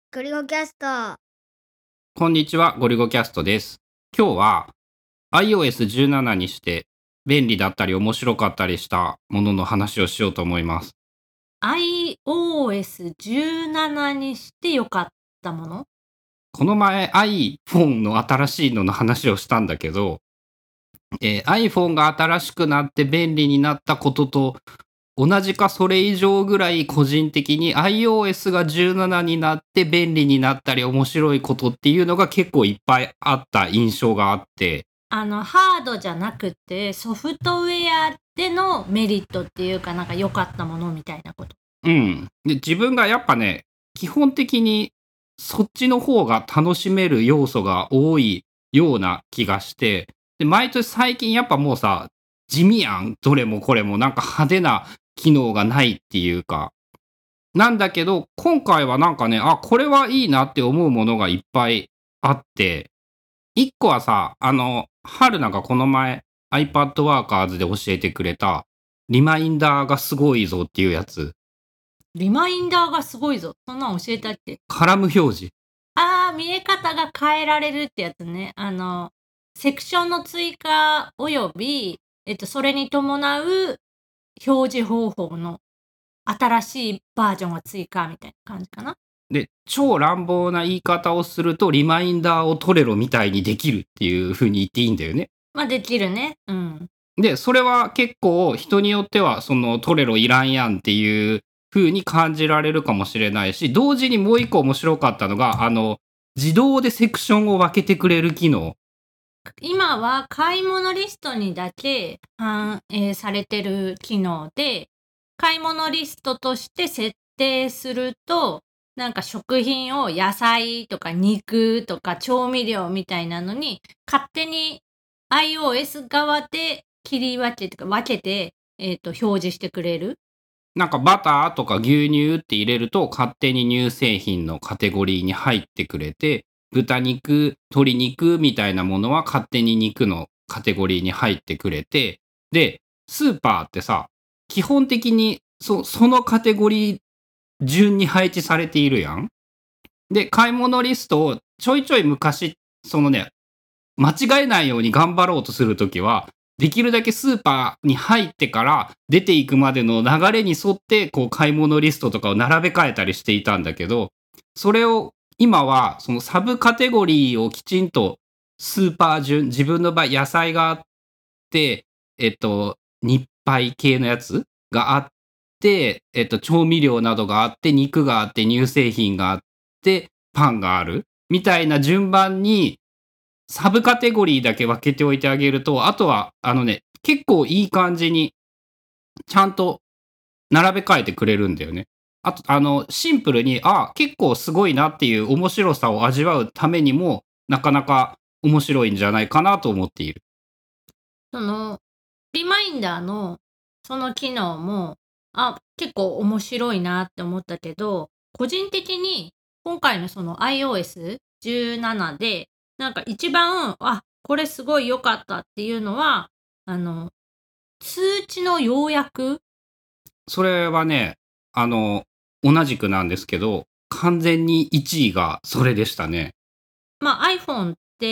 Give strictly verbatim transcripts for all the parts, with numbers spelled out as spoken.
ゴリゴキャスト。 こんにちは、ゴリゴキャストです。今日は アイオーエスじゅうなな にして便利だったり面白かったりしたものの話をしようと思います。 アイオーエスじゅうなな にして良かったもの？ この前 iPhone の新しいのの話をしたんだけど、えー iPhone が新しくなって便利になったことと同じかそれ以上ぐらい個人的に iOS がじゅうななになって便利になったり面白いことっていうのが結構いっぱいあった印象があって、 あのハードじゃなくてソフトウェアでのメリットっていうか、なんか良かったものみたいなこと。 うん。で、自分がやっぱね、基本的にそっちの方が楽しめる要素が多いような気がして、で、毎年最近やっぱもうさ、地味やん、どれもこれもなんか派手な機能がないっていうか、なんだけど、今回はなんかね、あ、これはいいなって思うものがいっぱいあって、一個はさ、あの、春なんかこの前 iPad Workers で教えてくれた、リマインダーがすごいぞっていうやつ。 リマインダーがすごいぞ。そんなん教えたっけ？ カラム表示。 あー、見え方が変えられるってやつね。あの、セクションの追加および、えっと、それに伴う表示方法の新しいバージョンが追加みたいな感じかな。 で、超乱暴な言い方をすると、リマインダーを取れろみたいにできるっていう風に言っていいんだよね。 まあ、できるね。うん。 で、それは結構人によっては、その取れろいらんやんっていう風に感じられるかもしれないし、同時にもう一個面白かったのが、あの、自動でセクションを分けてくれる機能。 今は買い物リストにだけ反映されてる機能で、買い物リストとして設定すると、なんか食品を野菜とか肉とか調味料みたいなのに勝手に iOS 側で切り分けてか分けて、えっと表示してくれる。 なんかバターとか牛乳って入れると勝手に乳製品のカテゴリーに入ってくれて、豚肉、鶏肉みたいなものは勝手に肉のカテゴリーに入ってくれて、で、スーパーってさ、基本的にそそのカテゴリー順に配置されているやん。で、買い物リストをちょいちょい昔、そのね、間違えないように頑張ろうとするときは、できるだけスーパーに入ってから出ていくまでの流れに沿ってこう買い物リストとかを並べ替えたりしていたんだけど、それを今はそのサブカテゴリーをきちんとスーパー順、自分の場合野菜があって、えっと、日配系のやつがあって、えっと、調味料などがあって、肉があって、乳製品があって、パンがあるみたいな順番にサブカテゴリーだけ分けておいてあげると、あとは、あのね、結構いい感じに、ちゃんと並べ替えてくれるんだよね。あと、あの、シンプルに、あ、結構すごいなっていう面白さを味わうためにも、なかなか面白いんじゃないかなと思っている。 その、リマインダーのその機能も、あ、結構面白いなって思ったけど、個人的に今回のその アイオーエスじゅうなな で、なんか一番、あ、これすごい良かったっていうのは、あの、通知の要約。 それはね、あの、同じくなんですけど、完全にいちいがそれでしたね。 まあ iPhone って、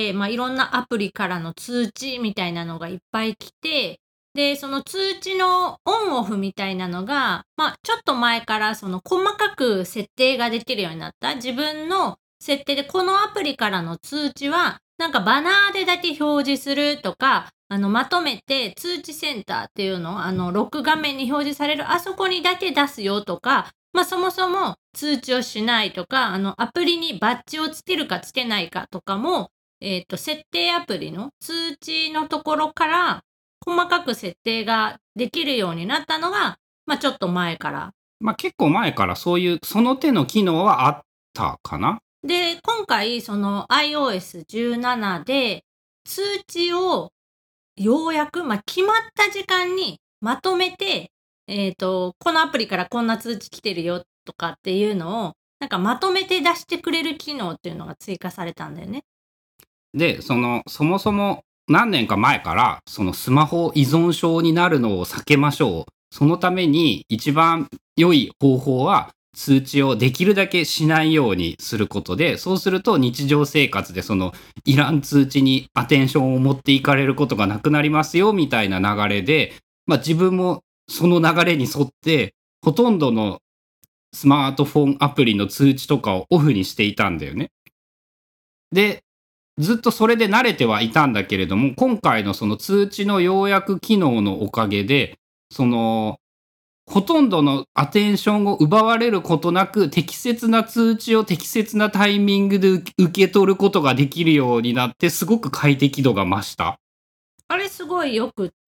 まあいろんなアプリからの通知みたいなのがいっぱい来て、で、その通知のオンオフみたいなのが、まあちょっと前からその細かく設定ができるようになった。自分の設定でこのアプリからの通知は、なんかバナーでだけ表示するとか、あの、まとめて通知センターっていうのを、あの、ロック画面に表示されるあそこにだけ出すよとか、まあそもそも通知をしないとか、あのアプリにバッジをつけるかつけないかとかも、えっと、設定アプリの通知のところから細かく設定ができるようになったのが、まあちょっと前から。 まあ結構前からそういう、その手の機能はあったかな。 で、今回その アイオーエスじゅうなな で通知をようやく、まあ決まった時間にまとめて、えっと、このアプリからこんな通知来てるよとかっていうのを、なんかまとめて出してくれる機能っていうのが追加されたんだよね。 で、その、そもそも何年か前から、そのスマホ依存症になるのを避けましょう。そのために一番良い方法は、 通知をできるだけしないようにすることで、そうすると日常生活でそのいらん通知にアテンションを持っていかれることがなくなりますよみたいな流れで、まあ、自分もその流れに沿ってほとんどのスマートフォンアプリの通知とかをオフにしていたんだよね。で、ずっとそれで慣れてはいたんだけれども、今回のその通知の要約機能のおかげで、そのほとんどのアテンションを奪われることなく、適切な通知を適切なタイミングで受け取ることができるようになって、すごく快適度が増した。 あれすごいよくって、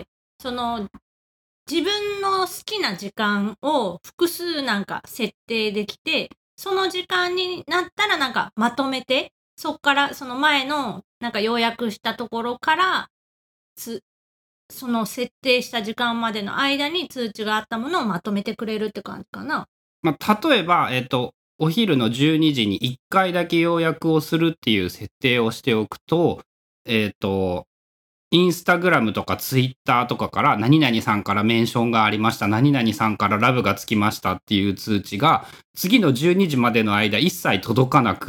その自分の好きな時間を複数なんか設定できて、その時間になったらなんかまとめて、そっからその前のなんか要約したところからつその設定した時間までの間に通知があったものをまとめてくれるって感じかな。 まあ、例えば、えっと、お昼のじゅうにじにいっかいだけ要約をするっていう設定をしておくと、えっと、インスタグラムとかツイッターとかから何々さんからメンションがありました、何々さんからラブがつきましたっていう通知が次のじゅうにじまでの間一切届かなくって、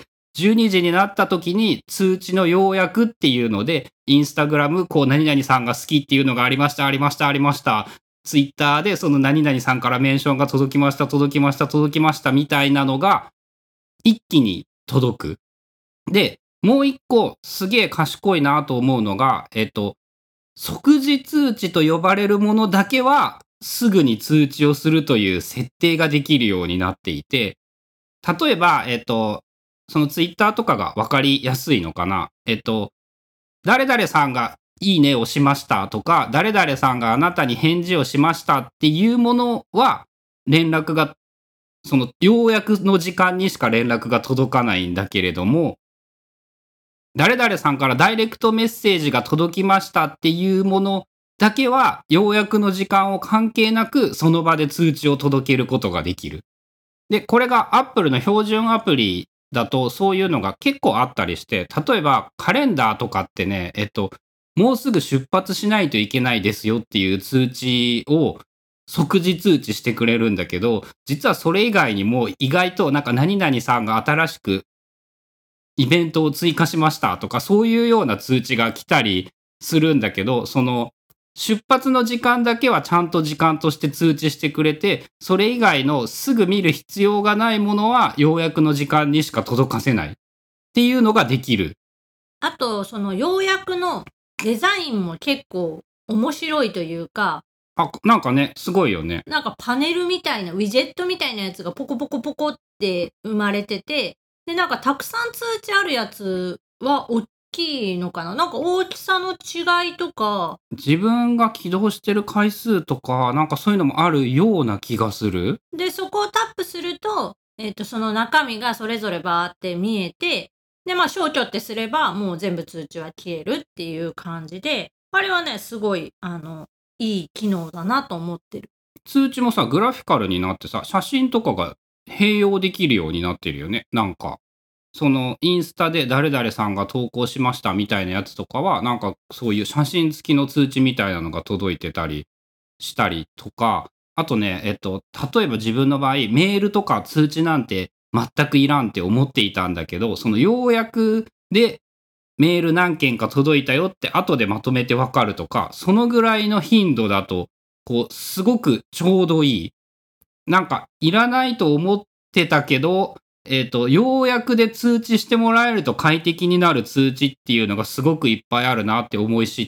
じゅうにじになった時に通知の要約っていうので、インスタグラムこう何々さんが好きっていうのがありましたありましたありました、ツイッターでその何々さんからメンションが届きました届きました届きましたみたいなのが一気に届く。で、もう一個すげえ賢いなと思うのが、えっと、即時通知と呼ばれるものだけはすぐに通知をするという設定ができるようになっていて、例えば、えっと、そのツイッターとかが分かりやすいのかな。えっと、誰々さんがいいねをしましたとか、誰々さんがあなたに返事をしましたっていうものは、連絡が、その、ようやくの時間にしか連絡が届かないんだけれども、誰々さんからダイレクトメッセージが届きましたっていうものだけは、ようやくの時間を関係なく、その場で通知を届けることができる。で、これが Apple の標準アプリだと、そういうのが結構あったりして、例えばカレンダーとかってね、えっと、もうすぐ出発しないといけないですよっていう通知を即時通知してくれるんだけど、実はそれ以外にも意外となんか何々さんが新しくイベントを追加しましたとか、そういうような通知が来たりするんだけど、その出発の時間だけはちゃんと時間として通知してくれて、それ以外のすぐ見る必要がないものはようやくの時間にしか届かせないっていうのができる。 あと、その要約のデザインも結構面白いというか、 あ、なんかね、すごいよね。 なんかパネルみたいな、ウィジェットみたいなやつがポコポコポコって生まれてて、で、なんかたくさん通知あるやつは大きいのかな、なんか大きさの違いとか、 自分が起動してる回数とか、なんかそういうのもあるような気がする。 で、そこをタップすると、えっと、その中身がそれぞれバーって見えて、で、まあ、消去ってすれば、もう全部通知は消えるっていう感じで、あれはね、すごい、あの、いい機能だなと思ってる。 通知もさ、グラフィカルになってさ、写真とかが併用できるようになってるよね。なんか、そのインスタで誰々さんが投稿しましたみたいなやつとかは、なんかそういう写真付きの通知みたいなのが届いてたりしたりとか、あとね、えっと、例えば自分の場合、メールとか通知なんて全くいらんって思っていたんだけど、その要約でメール何件か届いたよって後でまとめてわかるとか、そのぐらいの頻度だと、こう、すごくちょうどいい。なんか、いらないと思ってたけど、えっと、要約で通知してもらえると快適になる通知っていうのがすごくいっぱいあるなって思い知って、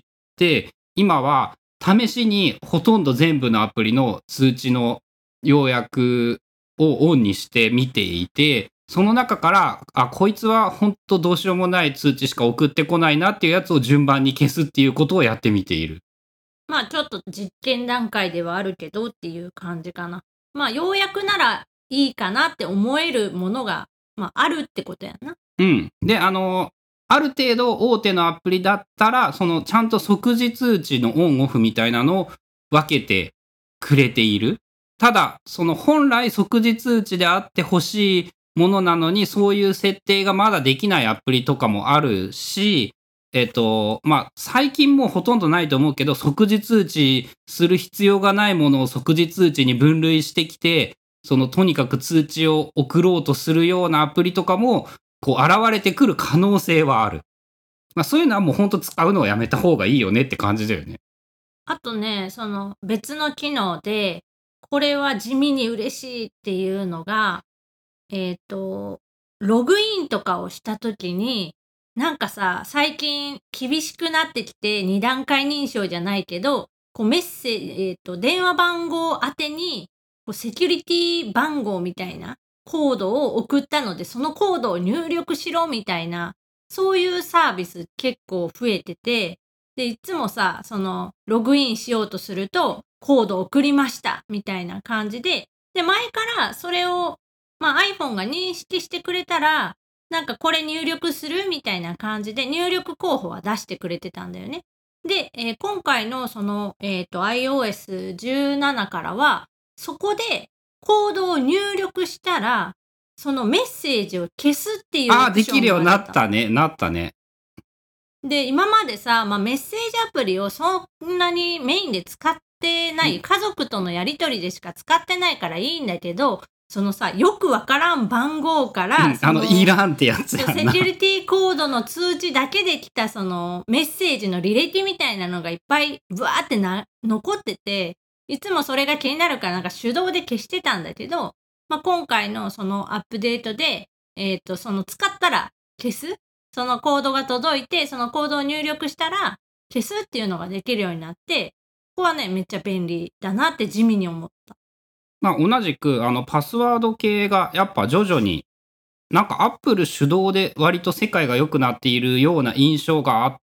今は試しにほとんど全部のアプリの通知の要約をオンにして見ていて、その中から、あ、こいつは本当どうしようもない通知しか送ってこないなっていうやつを順番に消すっていうことをやってみている。 まあ、ちょっと実験段階ではあるけどっていう感じかな。まあ、ようやくならいいかなって思えるものが、まあ、あるってことやな。 うん。で、あの、ある程度大手のアプリだったら、そのちゃんと即時通知のオンオフみたいなのを分けてくれている。ただ、その本来即時通知であってほしいものなのに、そういう設定がまだできないアプリとかもあるし、えっと、まあ、最近もうほとんどないと思うけど、即時通知する必要がないものを即時通知に分類してきて、 そのとにかく通知を送ろうとするようなアプリとかもこう現れてくる可能性はある。まあ、そういうのはもう本当使うのはやめた方がいいよねって感じだよね。 あとね、その別の機能で、これは地味に嬉しいっていうのが、えっと、ログインとかをしたときに、なんかさ、最近厳しくなってきて、に段階認証じゃないけど、こうメッセージ、えっと、電話番号宛てに、こうセキュリティ番号みたいなコードを送ったので、そのコードを入力しろみたいな、そういうサービス結構増えてて、で、いつもさ、その、ログインしようとすると、コード送りましたみたいな感じで、で、前からそれをまあ、iPhone が認識してくれたら、なんかこれ入力するみたいな感じで入力候補は出してくれてたんだよね。で、えー今回のその、えっと、アイオーエスじゅうなな からは、そこでコードを入力したら、そのメッセージを消すっていうああ、 オプショできるようになンが出た。 ったね。なったね。 で、今までさ、まあ、メッセージアプリをそんなにメインで使ってない、家族とのやりとりでしか使ってないからいいんだけど、そのさ、よくわからん番号かうら、 ん、あの、 その、 いらんってやつそうやんな。 セキュリティコードの通知だけで来たそのメッセージの履歴みたいなのがいっぱいブワーってな残ってて、いつもそれが気になるからなんか手動で消してたんだけど、まあ、今回のそのアップデートで、えっと、その使ったら消すそのコードが届いて、そのコードを入力したら消すっていうのができるようになって、ここはね、めっちゃ便利だなって地味に思った。 まあ、同じく、あの、パスワード系がやっぱ徐々に、なんかアップル主導で割と世界が良くなっているような印象があって、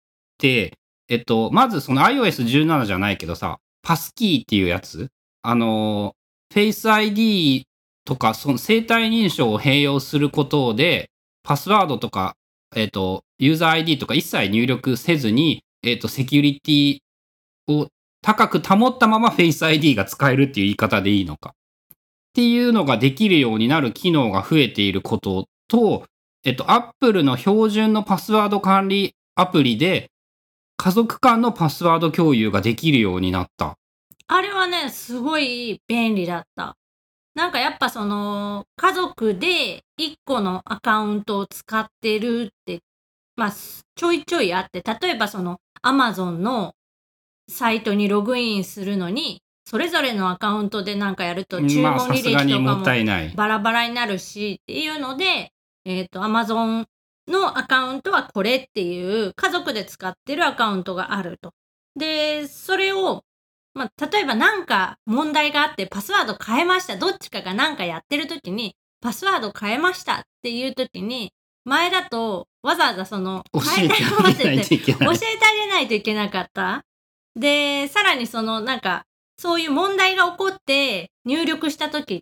えっと、まずその アイオーエスじゅうなな じゃないけどさ、パスキーっていうやつ、あの、フェイス アイディー とか、その生体認証を併用することで、パスワードとか、えっと、ユーザー アイディー とか一切入力せずに、えっと、セキュリティを高く保ったまま Face アイディー が使えるっていう言い方でいいのか。っていうのができるようになる機能が増えていることと、えっと、Apple の標準のパスワード管理アプリで、家族間のパスワード共有ができるようになった。 あれはね、すごい便利だった。なんかやっぱその、家族でいっこのアカウントを使ってるって、まあ、すちょいちょいあって、例えばその Amazon のサイトにログインするのに、それぞれのアカウントでなんかやると注まあ、 文履さすがにもっ歴とかもたいない。 バラバラになるしっていうので、えっと、Amazon のアカウントはこれっていう家族で使ってるアカウントがあると。で、それを、まあ、例えばなんか問題があってパスワード変えました。どっちかがなんかやってる時に、パスワード変えましたっていう時に、前だとわざわざその教変えたえてあげないまっててといけない。 教えてあげないといけなかった。で、さらにそのなんか、そういう問題が起こって入力した時って、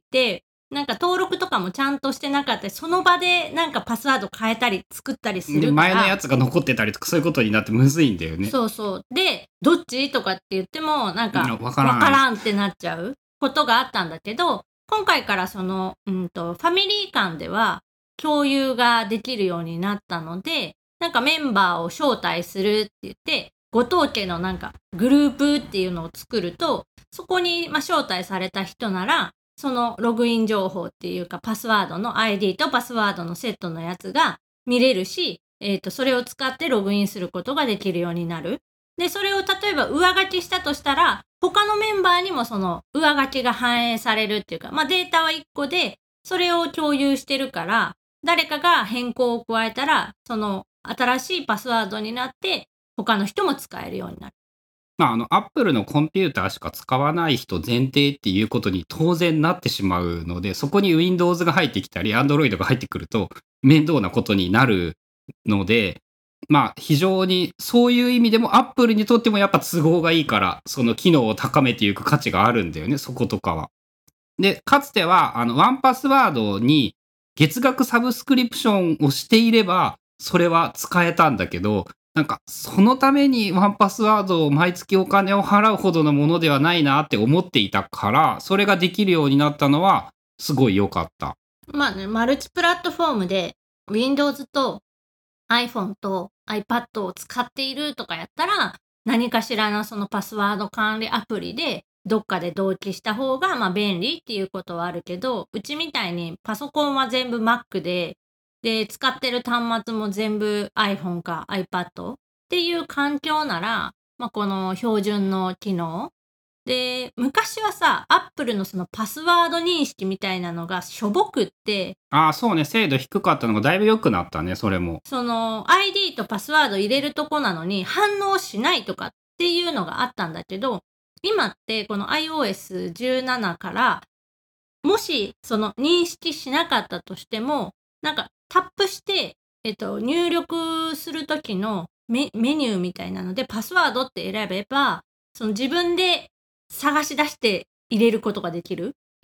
なんか登録とかもちゃんとしてなかったり、その場でなんかパスワード変えたり作ったりすで、 るから、 前のやつが残ってたりとかそういうことになってむずいんだよね。 そうそう。で、どっちとかって言っても、なんか、 わからわかない。 らんってなっちゃうことがあったんだけど、今回からその、うんと、ファミリー間では共有ができるようになったので、なんかメンバーを招待するって言って、ご当家のなんかグループっていうのを作ると、そこにまあ招待された人なら、そのログイン情報っていうかパスワードの アイディー とパスワードのセットのやつが見れるし、えっと、それを使ってログインすることができるようになる。で、それを例えば上書きしたとしたら、他のメンバーにもその上書きが反映されるっていうか、まあデータはいっこで、それを共有してるから、誰かが変更を加えたら、その新しいパスワードになって、他の人も使えるようになる。 まあ、あの、Apple のコンピューターしか使わない人前提っていうことに当然なってしまうので、そこに Windows が入ってきたり、Android が入ってくると面倒なことになるので、まあ、非常にそういう意味でも Apple にとってもやっぱ都合がいいから、その機能を高めていく価値があるんだよね、そことかは。で、かつては、あの、ワンパスワードに月額サブスクリプションをしていれば、それは使えたんだけど、なんか、そのためにワンパスワードを毎月お金を払うほどのものではないなって思っていたから、それができるようになったのは、すごい良かった。 まあね、マルチプラットフォームで Windows と iPhone と iPad を使っているとかやったら、何かしらのそのパスワード管理アプリでどっかで同期した方がまあ便利っていうことはあるけど、うちみたいにパソコンは全部 Mac で、で、使ってる端末も全部 iPhone か iPad っていう環境なら、まあ、この標準の機能で、昔はさ、Apple のそのパスワード認識みたいなのがしょぼくって、 ああ、そうね。精度低かったのがだいぶ良くなったね、それも。 その アイディー とパスワード入れるとこなのに反応しないとかっていうのがあったんだけど、今ってこの アイオーエスじゅうなな からもしその認識しなかったとしても、なんかタップして、えっと、入力するときのメメニューみたいなのでパスワードって選べば、その自分で探し出して入れることができる。 うん。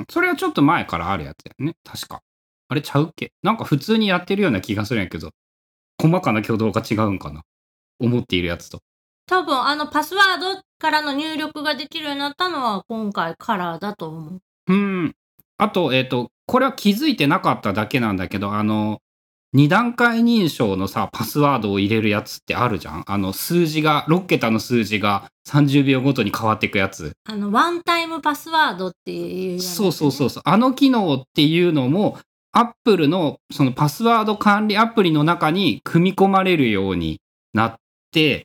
それはちょっと前からあるやつやね。確か。あれちゃうっけ？なんか普通にやってるような気がするんやけど、細かな挙動が違うんかな。思っているやつと。 多分あのパスワードからの入力ができるようになったのは今回からだと思う。 うーん。あと、えっと、これは気づいてなかっただけなんだけど、あの、に段階認証のさ、パスワードを入れるやつってあるじゃん。あの、数字が、ろっ桁の数字がさんじゅうびょうごとに変わっていくやつ。 あの、ワンタイムパスワードっていうやつ、ね。 そうそうそうそう。あの機能っていうのも、Apple のそのパスワード管理アプリの中に組み込まれるようになって、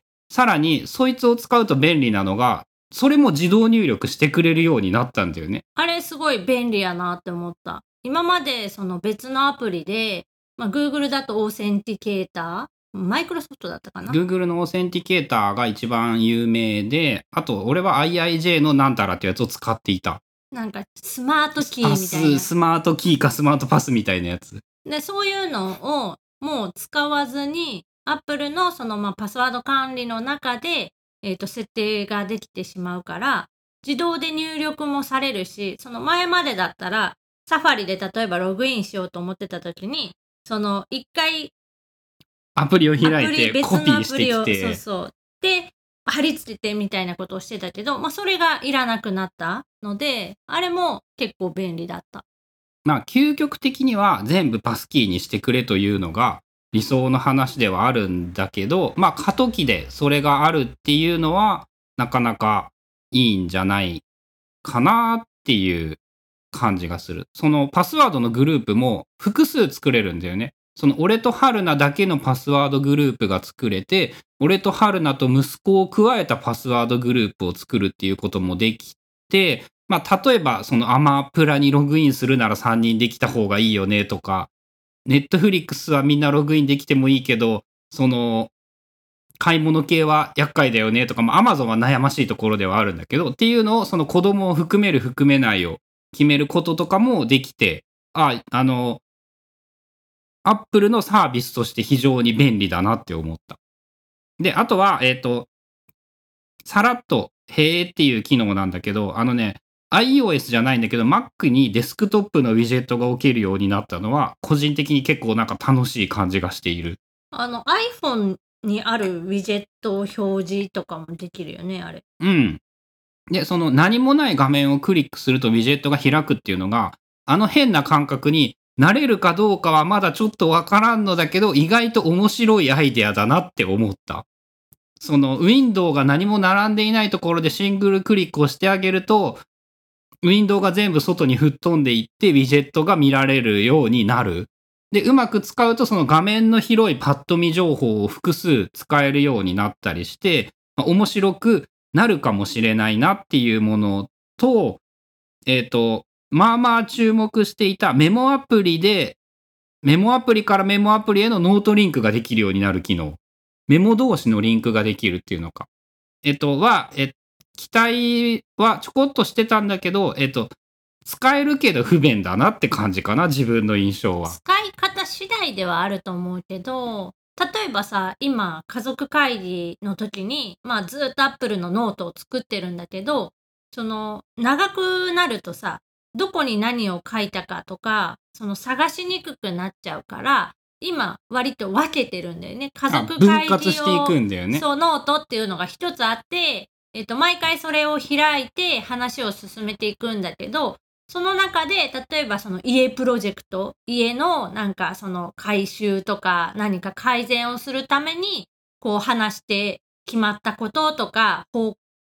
さらにそいつを使うと便利なのが、それも自動入力してくれるようになったんだよね。 あれすごい便利やなって思った。今までその別のアプリで、まあ、Google だとオーセンティケーター、マイクロソフトだったかな。 Google のオーセンティケーターが一番有名で、あと俺は アイアイジェー のなんたらってやつを使っていた。 なんかスマートキーあみたいな。 ススマートキーかスマートパスみたいなやつ。 で、そういうのをもう使わずに、Apple のそのまあパスワード管理の中で、えっと、設定ができてしまうから、自動で入力もされるし、その前までだったら、サファリで例えばログインしようと思ってた時に、その一回アプリをアプリ、 開いて別コピーしてのアプリを、そうきて、 そう。で、貼り付けてみたいなことをしてたけど、まあそれがいらなくなったので、あれも結構便利だった。 まあ究極的には全部パスキーにしてくれというのが理想の話ではあるんだけど、まあ過渡期でそれがあるっていうのはなかなかいいんじゃないかなっていう感じがする。そのパスワードのグループも複数作れるんだよね。その俺と春菜だけのパスワードグループが作れて、俺と春菜と息子を加えたパスワードグループを作るっていうこともできて、まあ例えばそのアマプラにログインするならさんにんできた方がいいよねとか、ネットフリックスはみんなログインできてもいいけど、その買い物系は厄介だよねとか、まあ、Amazon は悩ましいところではあるんだけど、っていうのをその子供を含める含めないを決めることとかもできて、あ、あの、Apple のサービスとして非常に便利だなって思った。で、あとは、えっと、さらっと、へーっていう機能なんだけど、あのね、iOS じゃないんだけど、Mac にデスクトップのウィジェットが置けるようになったのは、個人的に結構なんか楽しい感じがしている。 あの iPhone にあるウィジェット表示とかもできるよね、あれ。 うん。で、その何もない画面をクリックするとウィジェットが開くっていうのが、あの変な感覚に慣れるかどうかはまだちょっとわからんのだけど、意外と面白いアイデアだなって思った。そのウィンドウが何も並んでいないところでシングルクリックをしてあげると、ウィンドウが全部外に吹っ飛んでいってウィジェットが見られるようになる。で、うまく使うとその画面の広いパッと見情報を複数使えるようになったりして、まあ面白くなるかもしれないなっていうものと、えっと、まあまあ注目していたメモアプリで、メモアプリからメモアプリへのノートリンクができるようになる機能。メモ同士のリンクができるっていうのか。えっと、は、え、期待はちょこっとしてたんだけど、えっと、使えるけど不便だなって感じかな、自分の印象は。 使い方次第ではあると思うけど、例えばさ、今、家族会議の時に、まあずっと Apple のノートを作ってるんだけど、その、長くなるとさ、どこに何を書いたかとか、その探しにくくなっちゃうから、今、割と分けてるんだよね。家あ、分族会議割していく用、 んだよね。 そう、ノートっていうのが一つあって、えっと、毎回それを開いて話を進めていくんだけど、その中で、例えばその家プロジェクト、家のなんかその改修とか何か改善をするために、こう話して決まったこととか、方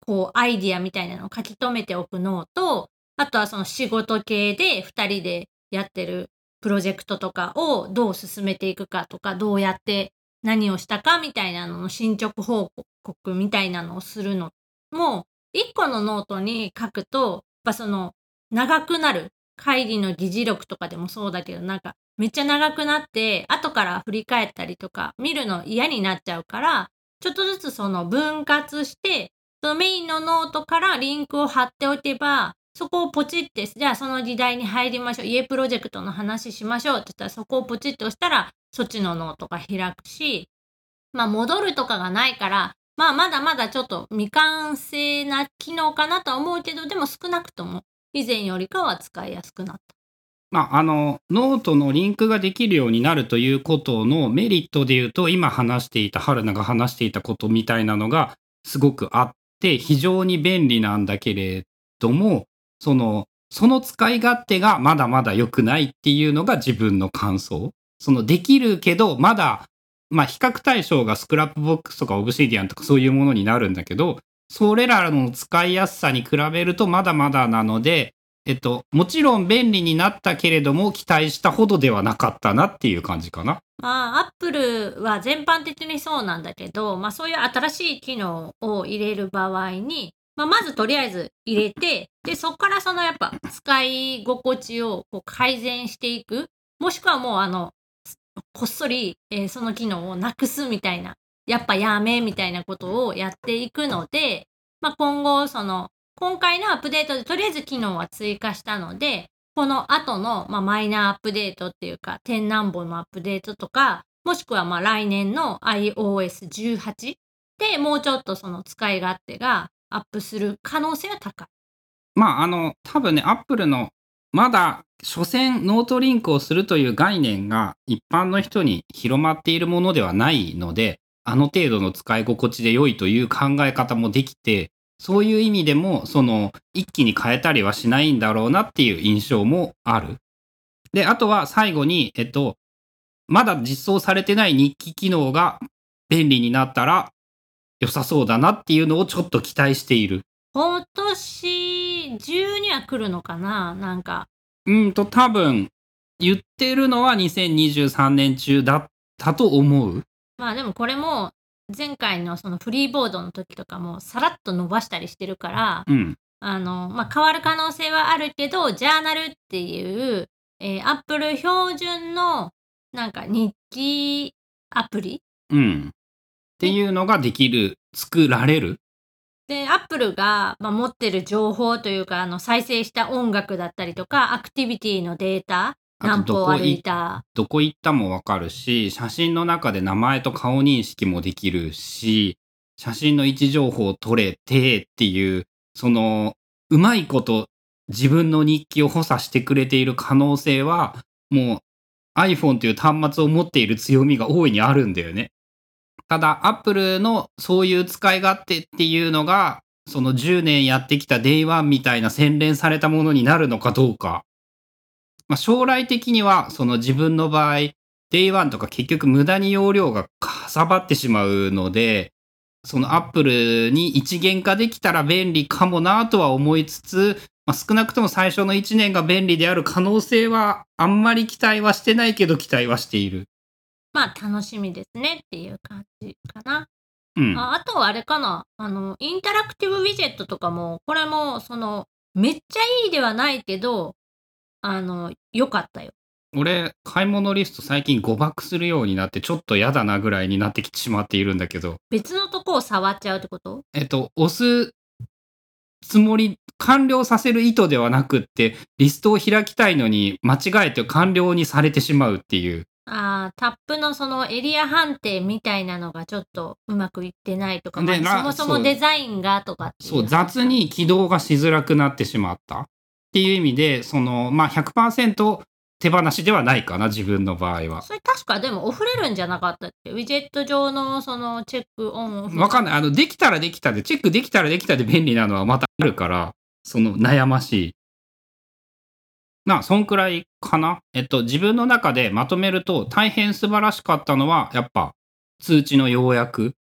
こうアイディアみたいなのを書き留めておくノート、あとはその仕事系でふたりでやってるプロジェクトとかをどう進めていくかとか、どうやって何をしたかみたいなのの進捗報告みたいなのをするのも、いっこのノートに書くと、やっぱその長くなる。会議の議事録とかでもそうだけど、なんかめっちゃ長くなって、後から振り返ったりとか、見るの嫌になっちゃうから、ちょっとずつその分割して、そのメインのノートからリンクを貼っておけば、そこをポチって、じゃあその議題に入りましょう。家プロジェクトの話しましょうって言ったら、そこをポチって押したら、そっちのノートが開くし、まあ戻るとかがないから、まあまだまだちょっと未完成な機能かなとは思うけど、でも少なくとも以前よりかは使いやすくなった。 まあ、あのノートのリンクができるようになるということのメリットで言うと、今話していた春菜が話していたことみたいなのがすごくあって非常に便利なんだけれども、そのその使い勝手がまだまだ良くないっていうのが自分の感想。そのできるけどまだ、まあ、比較対象がスクラップボックスとかオブシディアンとかそういうものになるんだけど、それらの使いやすさに比べるとまだまだなので、えっと、もちろん便利になったけれども期待したほどではなかったなっていう感じかな。 まあ、アップルは全般的にそうなんだけど、まあそういう新しい機能を入れる場合に、まあまずとりあえず入れて、で、そこからそのやっぱ使い心地をこう改善していく。もしくはもうあの、こっそり、えーその機能をなくすみたいな、やっぱやめみたいなことをやっていくので、まあ今後その、今回のアップデートでとりあえず機能は追加したので、この後の、まあ、マイナーアップデートっていうか、点何本のアップデートとか、もしくはまあ来年の アイオーエスじゅうはち でもうちょっとその使い勝手がアップする可能性は高い。 まあ、あの、多分ね、アップルの、まだ、所詮ノートリンクをするという概念が一般の人に広まっているものではないので、あの程度の使い心地で良いという考え方もできて、そういう意味でも、その、一気に変えたりはしないんだろうなっていう印象もある。で、あとは最後に、えっと、まだ実装されてない日記機能が便利になったら良さそうだなっていうのをちょっと期待している。 今年中には来るのかななんか。 うんと、多分、言ってるのはにせんにじゅうさんねん中だったと思う。 まあでもこれも前回のそのフリーボードの時とかもさらっと伸ばしたりしてるから、 うん。 あの、まあ、変わる可能性はあるけど、ジャーナルっていう、えー、Apple 標準のなんか日記アプリうん。っていうのができる、作られる。 で、Apple が、まあ、持ってる情報というか、あの、再生した音楽だったりとか、アクティビティのデータ、 あと、 何歩歩どこい、 いた。 どこ行ったもわかるし、写真の中で名前と顔認識もできるし、写真の位置情報を取れてっていう、その、うまいこと自分の日記を補佐してくれている可能性は、もう iPhone という端末を持っている強みが大いにあるんだよね。ただ、Apple のそういう使い勝手っていうのが、そのじゅうねんやってきた デイワン みたいな洗練されたものになるのかどうか。まあ、将来的には、その自分の場合、デイワン とか結局無駄に容量がかさばってしまうので、その Apple に一元化できたら便利かもなとは思いつつ、まあ、少なくとも最初のいちねんが便利である可能性はあんまり期待はしてないけど期待はしている。 まあ、楽しみですねっていう感じかな。 うん。 ああとはあれかな、あの、インタラクティブウィジェットとかも、これも、その、めっちゃいいではないけど、あの、良かったよ。 俺、買い物リスト最近誤爆するようになってちょっと嫌だなぐらいになってきてしまっているんだけど、 別のとこを触っちゃうってこと？ えっと、押すつもり、完了させる意図ではなくって、リストを開きたいのに間違えて完了にされてしまうっていう。 ああ、タップのそのエリア判定みたいなのがちょっとうまくいってないとか、まで、 あ、そもら、そう、 そもデザインがとかってそう、 いう話か。 雑に起動がしづらくなってしまったっていう意味で、その、まあ、ひゃくパーセント手放しではないかな、自分の場合は。 それ確かでもオフれるんじゃなかったっけ？ウィジェット上のそのチェックオンオフが。 わかんない。あの、できたらできたで、チェックできたらできたで便利なのはまたあるから、その悩ましい。まあ、そんくらいかな。えっと、自分の中でまとめると、大変素晴らしかったのは、やっぱ、通知の要約。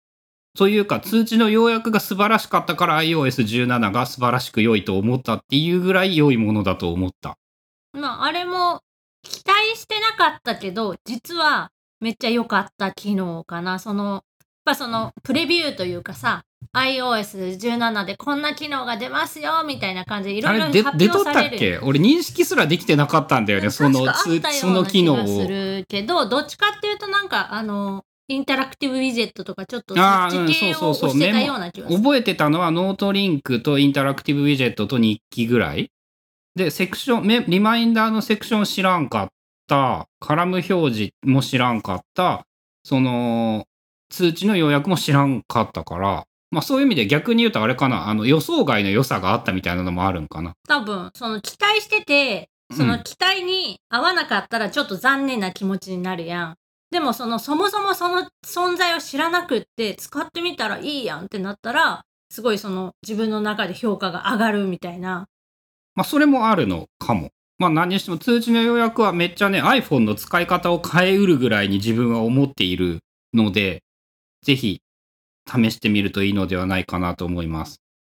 というか通知の要約が素晴らしかったから アイオーエスじゅうなな が素晴らしく良いと思ったっていうぐらい良いものだと思った。 まあ、あれも期待してなかったけど、実はめっちゃ良かった機能かな。その、やっぱそのプレビューというかさ、アイオーエスじゅうなな でこんな機能が出ますよみたいな感じでいろいろあれで発出とったっ表される。 け？俺認識すらできてなかったんだよね、その確かあったつそのような気機能を。 がするけど、どっちかっていうとなんかあの、インタラクティブウィジェットとかちょっとそああ、 っちうん、そう系をそうそう。 押してたメモような気がする。 覚えてたのはノートリンクとインタラクティブウィジェットと日記ぐらいで、セクションメリマインダーのセクション知らんかった、カラム表示も知らんかった、その通知の要約も知らんかったから、まあそういう意味で逆に言うとあれかな、あの予想外の良さがあったみたいなのもあるんかな。 多分、その期待してて、その期待に合わなかったらちょっと残念な気持ちになるやん。でもそのそもそもその存在を知らなくって使ってみたらいいやんってなったら、すごいその自分の中で評価が上がるみたいな。 まあそれもあるのかも。まあ何にしても通知の要約はめっちゃね iPhone の使い方を変えうるぐらいに自分は思っているので、ぜひ試してみるといいのではないかなと思います。